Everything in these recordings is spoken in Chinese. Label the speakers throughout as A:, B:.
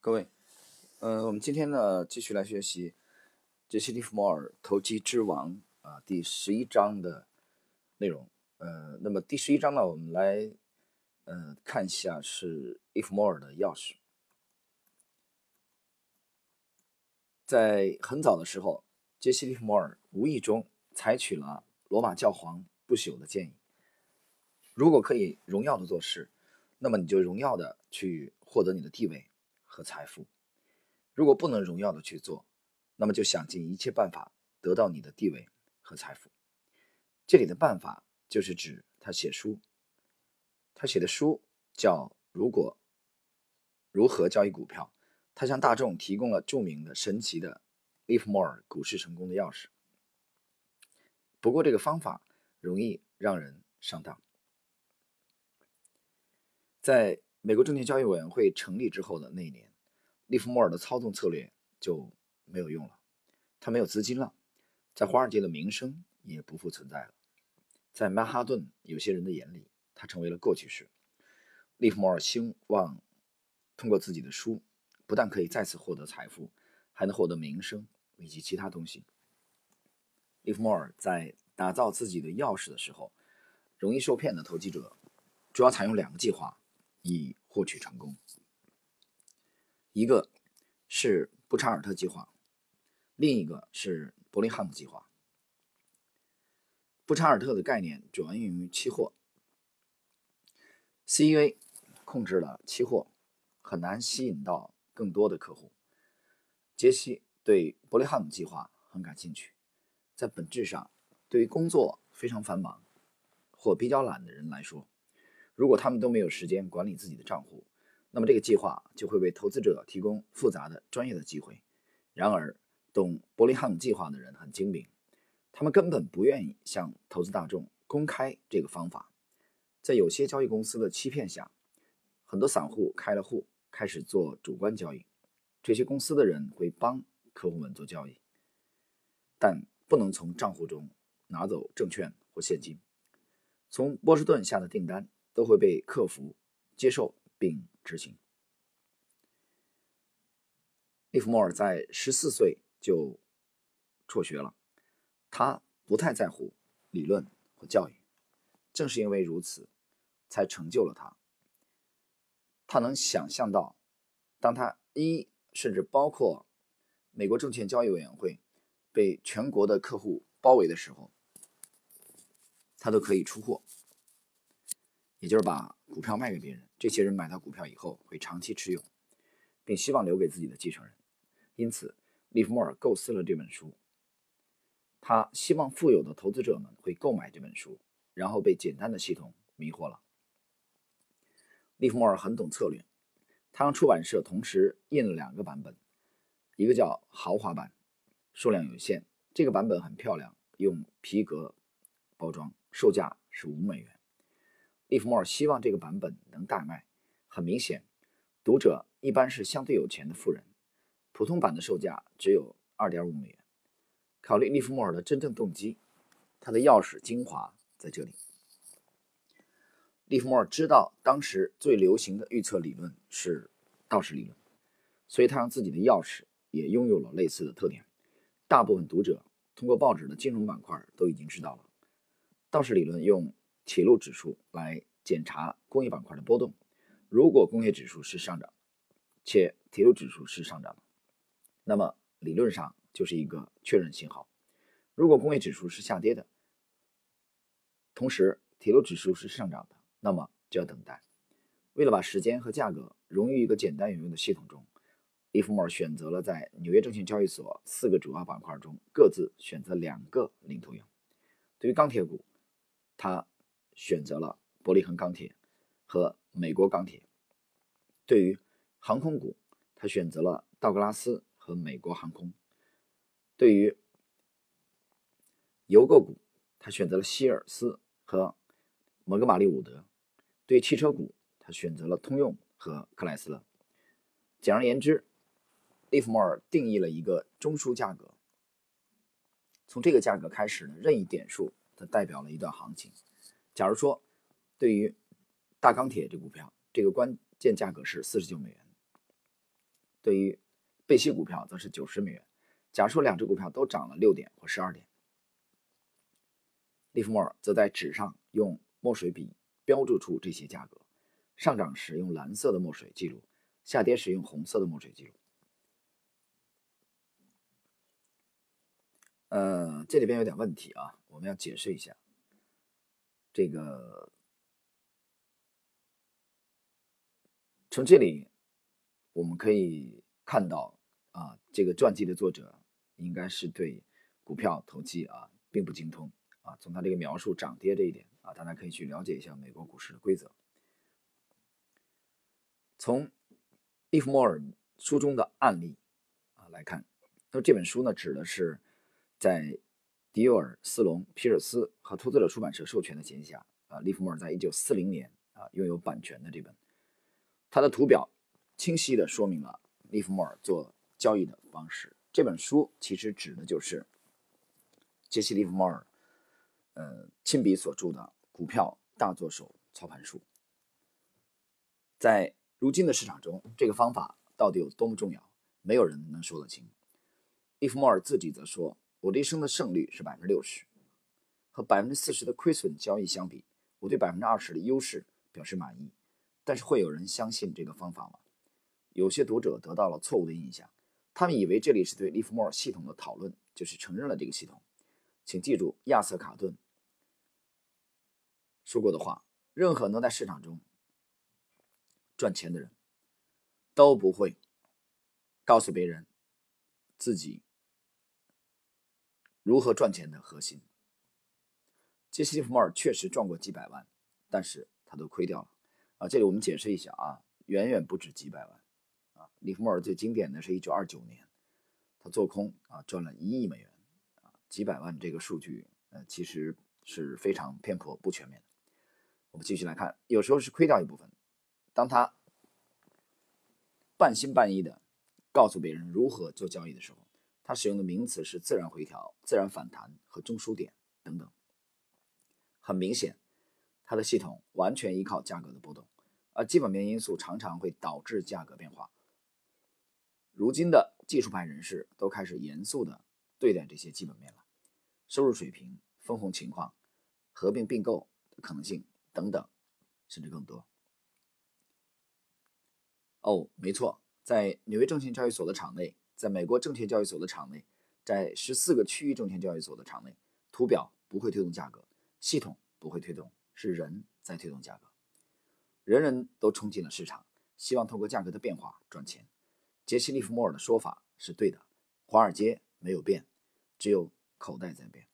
A: 各位，我们今天呢继续来学习杰西·利弗莫尔《投机之王》第11章的内容。那么第11章呢，我们来看一下是利弗莫尔的钥匙。在很早的时候，杰西·利弗莫尔无意中采取了罗马教皇不朽的建议：如果可以荣耀的做事，那么你就荣耀的去获得你的地位和财富。如果不能荣耀的去做，那么就想尽一切办法得到你的地位和财富。这里的办法就是指他写书，他写的书叫如何交易股票，他向大众提供了著名的神奇的利弗莫尔股市成功的钥匙。不过这个方法容易让人上当。在美国证券交易委员会成立之后的那一年，利弗莫尔的操纵策略就没有用了，他没有资金了，在华尔街的名声也不复存在了。在曼哈顿有些人的眼里，他成为了过去式。利弗莫尔希望通过自己的书，不但可以再次获得财富，还能获得名声以及其他东西。利弗莫尔在打造自己的钥匙的时候，容易受骗的投机者主要采用两个计划以获取成功。一个是布查尔特计划，另一个是伯林汉姆计划。布查尔特的概念主要应用于期货。CEA 控制了期货，很难吸引到更多的客户。杰西对伯林汉姆计划很感兴趣。在本质上，对于工作非常繁忙或比较懒的人来说，如果他们都没有时间管理自己的账户，那么这个计划就会为投资者提供复杂的专业的机会。然而，懂伯林汉姆计划的人很精明，他们根本不愿意向投资大众公开这个方法。在有些交易公司的欺骗下，很多散户开了户，开始做主观交易。这些公司的人会帮客户们做交易，但不能从账户中拿走证券或现金。从波士顿下的订单都会被客服接受并执行。利弗莫尔在14岁就辍学了，他不太在乎理论和教育，正是因为如此，才成就了他。他能想象到，当他甚至包括美国证券交易委员会被全国的客户包围的时候，他都可以出货，也就是把股票卖给别人。这些人买到股票以后会长期持有，并希望留给自己的继承人。因此，利弗莫尔构思了这本书。他希望富有的投资者们会购买这本书，然后被简单的系统迷惑了。利弗莫尔很懂策略，他让出版社同时印了2个版本，一个叫豪华版，数量有限，这个版本很漂亮，用皮革包装，售价是$5。利弗莫尔希望这个版本能大卖。很明显，读者一般是相对有钱的富人，普通版的售价只有$2.5。考虑利弗莫尔的真正动机，他的钥匙精华在这里。利弗莫尔知道当时最流行的预测理论是道氏理论，所以他让自己的钥匙也拥有了类似的特点。大部分读者通过报纸的金融板块都已经知道了。道氏理论用铁路指数来检查工业板块的波动，如果工业指数是上涨，且铁路指数是上涨的，那么理论上就是一个确认信号。如果工业指数是下跌的，同时铁路指数是上涨的，那么就要等待。为了把时间和价格融于一个简单有用的系统中，利弗莫尔选择了在纽约证券交易所4个主要板块中各自选择2个领头羊。对于钢铁股，他选择了伯利恒钢铁和美国钢铁；对于航空股，他选择了道格拉斯和美国航空；对于油购股，他选择了希尔斯和摩根玛丽伍德；对于汽车股，他选择了通用和克莱斯勒。简而言之，利弗莫尔定义了一个中枢价格，从这个价格开始的任意点数，它代表了一段行情。假如说，对于大钢铁这股票，这个关键价格是$49， 对于贝西股票则是90美元。假如说两只股票都涨了6点或12点，利弗莫尔则在纸上用墨水笔标注出这些价格，上涨时用蓝色的墨水记录，下跌时用红色的墨水记录。这里边有点问题啊，我们要解释一下。这个从这里我们可以看到啊，这个传记的作者应该是对股票投机啊并不精通啊。从他这个描述涨跌这一点啊，大家可以去了解一下美国股市的规则。从利弗莫尔书中的案例啊来看，那这本书呢指的是在迪欧尔斯隆皮尔斯和投资者出版社授权的前提下啊，利弗莫尔在1940年啊拥有版权的这本。它的图表清晰地说明了利弗莫尔做交易的方式。这本书其实指的就是杰西·利弗莫尔亲笔所著的《股票大作手操盘术》。在如今的市场中，这个方法到底有多么重要，没有人能说得清。利弗莫尔自己则说：“我这一生的胜率是60%，和40%的亏损交易相比，我对20%的优势表示满意。但是会有人相信这个方法吗？”有些读者得到了错误的印象，他们以为这里是对利弗莫尔系统的讨论，就是承认了这个系统。请记住亚瑟·卡顿说过的话：任何能在市场中赚钱的人都不会告诉别人自己如何赚钱的核心。杰西·利弗莫尔确实赚过几百万，但是他都亏掉了啊。这里我们解释一下啊，远远不止几百万啊。利弗莫尔最经典的是1929年，他做空啊赚了1亿美元啊，几百万这个数据其实是非常偏颇不全面的。我们继续来看，有时候是亏掉一部分，当他半信半疑的告诉别人如何做交易的时候，他使用的名词是自然回调、自然反弹和中枢点等等。很明显，它的系统完全依靠价格的波动，而基本面因素常常会导致价格变化。如今的技术派人士都开始严肃地对待这些基本面了，收入水平、分红情况、合并并购的可能性等等，甚至更多。没错，在纽约证券交易所的场内，在美国证券交易所的场内，在14个区域证券交易所的场内，图表不会推动价格，系统不会推动，是人在推动价格。人人都冲进了市场，希望通过价格的变化赚钱。杰西·利弗莫尔的说法是对的，华尔街没有变，只有口袋在变。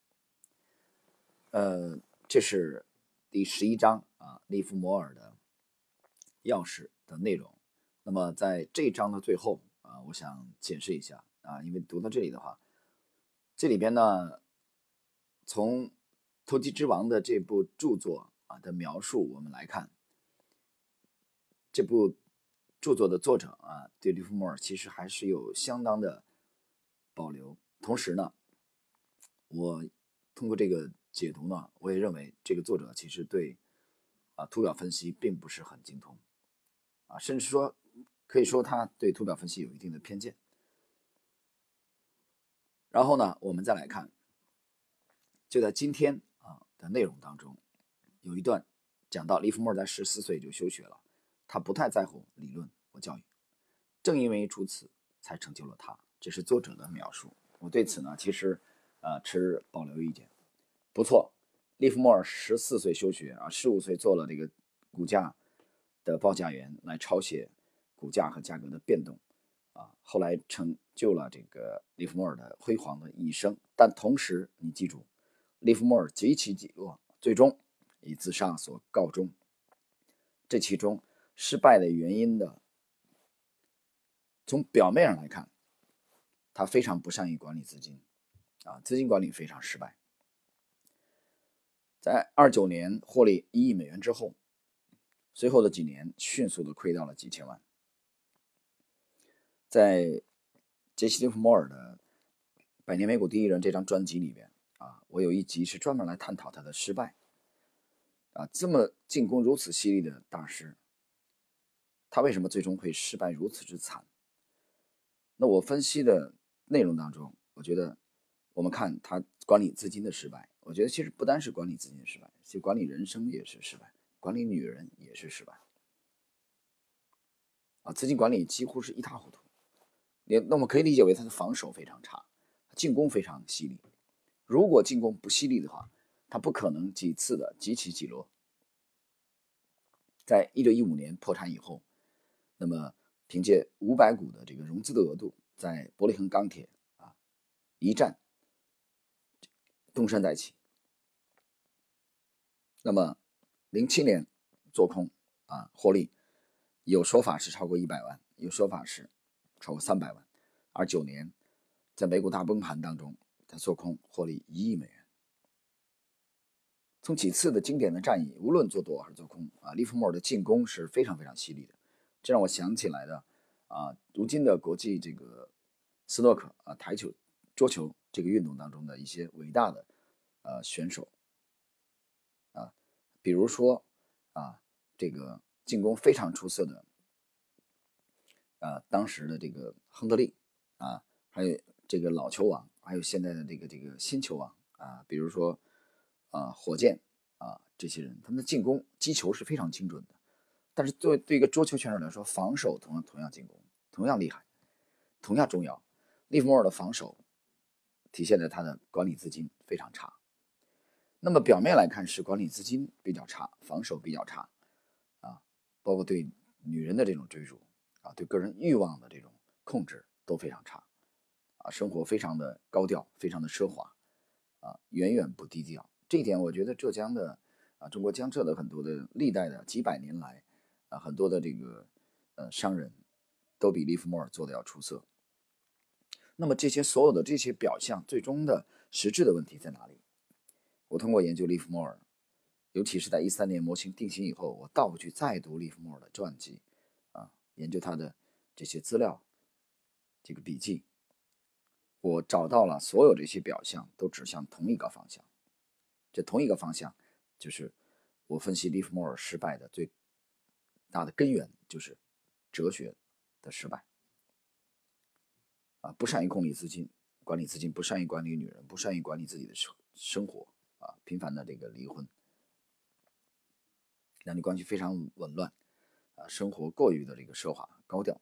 A: 这是第11章啊，利弗莫尔的钥匙的内容。那么在这一章的最后啊，我想解释一下啊，因为读到这里的话，这里边呢，从《投机之王》的这部著作啊的描述，我们来看，这部著作的作者啊，对利弗莫尔其实还是有相当的保留。同时呢，我通过这个解读呢，我也认为这个作者其实对图表分析并不是很精通啊，甚至说可以说他对图表分析有一定的偏见。然后呢，我们再来看，就在今天的内容当中，有一段讲到利弗莫尔在14岁就休学了，他不太在乎理论和教育，正因为如此才成就了他。这是作者的描述。我对此呢，其实持保留意见。不错，利弗莫尔14岁休学啊，15岁做了这个股价的报价员，来抄写股价和价格的变动啊，后来成就了这个利弗莫尔的辉煌的一生。但同时，你记住，利弗莫尔极其己恶，最终以自杀所告终。这其中失败的原因的，从表面上来看，他非常不善于管理资金啊，资金管理非常失败。在29年获利1亿美元之后，随后的几年迅速的亏掉了几千万。在杰西·利弗莫尔的《百年美股第一人》这张专辑里边啊，我有一集是专门来探讨他的失败啊，这么进攻如此犀利的大师，他为什么最终会失败如此之惨？ 那我分析的内容当中，我觉得我们看他管理资金的失败，我觉得其实不单是管理资金的失败，其实管理人生也是失败，管理女人也是失败啊，资金管理几乎是一塌糊涂。那我们可以理解为他的防守非常差，进攻非常犀利。如果进攻不犀利的话，他不可能几次的几起几落。在1915年破产以后，那么凭借500股的这个融资的额度，在伯利恒钢铁一战东山再起。那么07年做空获利，有说法是超过100万，有说法是超过300万。29年在美股大崩盘当中，他做空获利1亿美元。从几次的经典的战役，无论做多还是做空利弗莫尔的进攻是非常非常犀利的。这让我想起来的如今的国际这个斯诺克台球、桌球这个运动当中的一些伟大的选手比如说这个进攻非常出色的当时的这个亨德利还有这个老球王，还有现在的这个新球王比如说火箭这些人，他们的进攻击球是非常精准的。但是对一个桌球选手来说，防守同样进攻同样厉害，同样重要。利弗莫尔的防守体现在他的管理资金非常差。那么表面来看是管理资金比较差，防守比较差包括对女人的这种追逐对个人欲望的这种控制都非常差生活非常的高调，非常的奢华远远不低调。这一点我觉得浙江的中国江浙的很多的历代的几百年来很多的这个商人都比利弗莫尔做的要出色。那么这些所有的这些表象，最终的实质的问题在哪里？我通过研究利弗莫尔，尤其是在13年模型定型以后，我倒回去再读利弗莫尔的传记研究他的这些资料这个笔记，我找到了所有这些表象都指向同一个方向。这同一个方向就是我分析利弗莫尔失败的最大的根源，就是哲学的失败不善于管理资金，不善于管理女人，不善于管理自己的生活频繁的这个离婚，男女关系非常紊乱生活过于的这个奢华高调。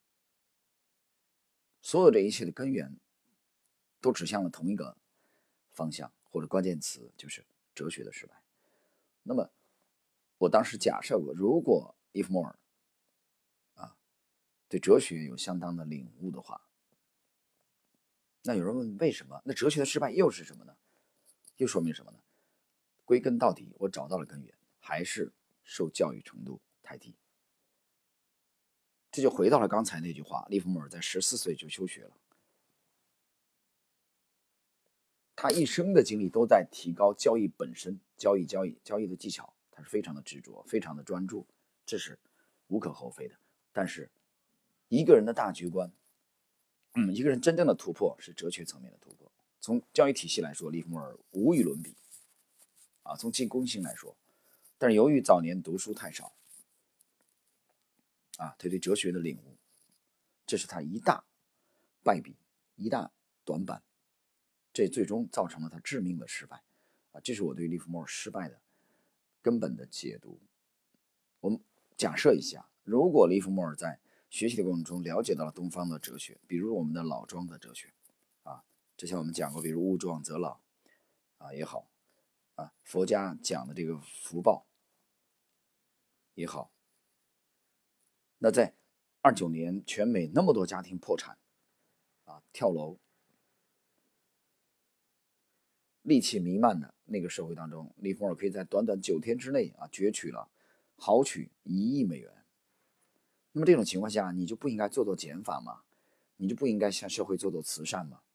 A: 所有这一切的根源都指向了同一个方向，或者关键词就是哲学的失败。那么我当时假设过，如果利弗莫尔对哲学有相当的领悟的话，那有人问为什么？那哲学的失败又是什么呢？又说明什么呢？归根到底，我找到了根源，还是受教育程度太低。这就回到了刚才那句话，利弗莫尔在14岁就休学了。他一生的精力都在提高交易本身，交易的技巧，他是非常的执着，非常的专注，这是无可厚非的。但是一个人的大局观一个人真正的突破是哲学层面的突破。从教育体系来说，利弗莫尔无与伦比从进攻性来说，但是由于早年读书太少他对哲学的领悟，这是他一大败笔，一大短板，这最终造成了他致命的失败这是我对利弗莫尔失败的根本的解读。我们假设一下，如果利弗莫尔在学习的过程中了解到了东方的哲学，比如我们的老庄的哲学之前我们讲过，比如物壮则老也好佛家讲的这个福报也好，那在29年全美那么多家庭破产跳楼戾气弥漫的那个社会当中，利弗莫尔可以在短短9天之内豪取1亿美元。那么这种情况下，你就不应该做减法吗？你就不应该向社会做慈善吗？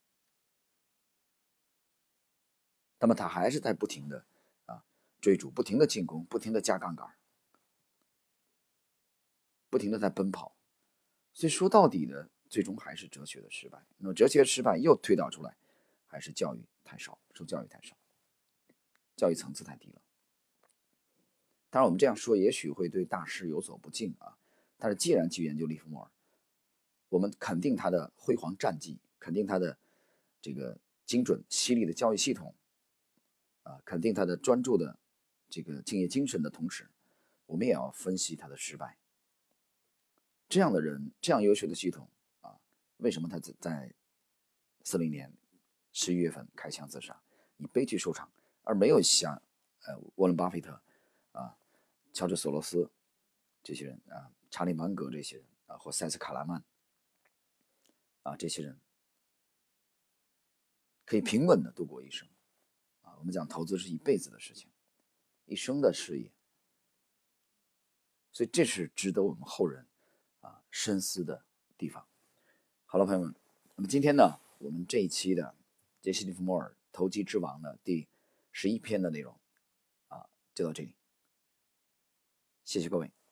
A: 那么他还是在不停的追逐，不停的进攻，不停的加杠杆，不停的在奔跑。所以说到底的，最终还是哲学的失败。那么哲学的失败又推导出来，还是教育太少，受教育太少，教育层次太低了。当然我们这样说也许会对大师有所不敬但是既然去研究利弗莫尔， 我们肯定他的辉煌战绩，肯定他的这个精准犀利的交易系统，肯定他的专注的这个敬业精神的同时，我们也要分析他的失败。这样的人，这样优秀的系统为什么他在40年11月份开枪自杀，以悲剧收场，而没有像沃伦巴菲特乔治索罗斯这些人查理芒格这些人或塞斯卡拉曼这些人可以平稳的度过一生我们讲投资是一辈子的事情，一生的事业，所以这是值得我们后人深思的地方。好了，朋友们，那么今天呢，我们这一期的杰西·利弗莫尔投机之王的第11篇的内容就到这里，谢谢各位。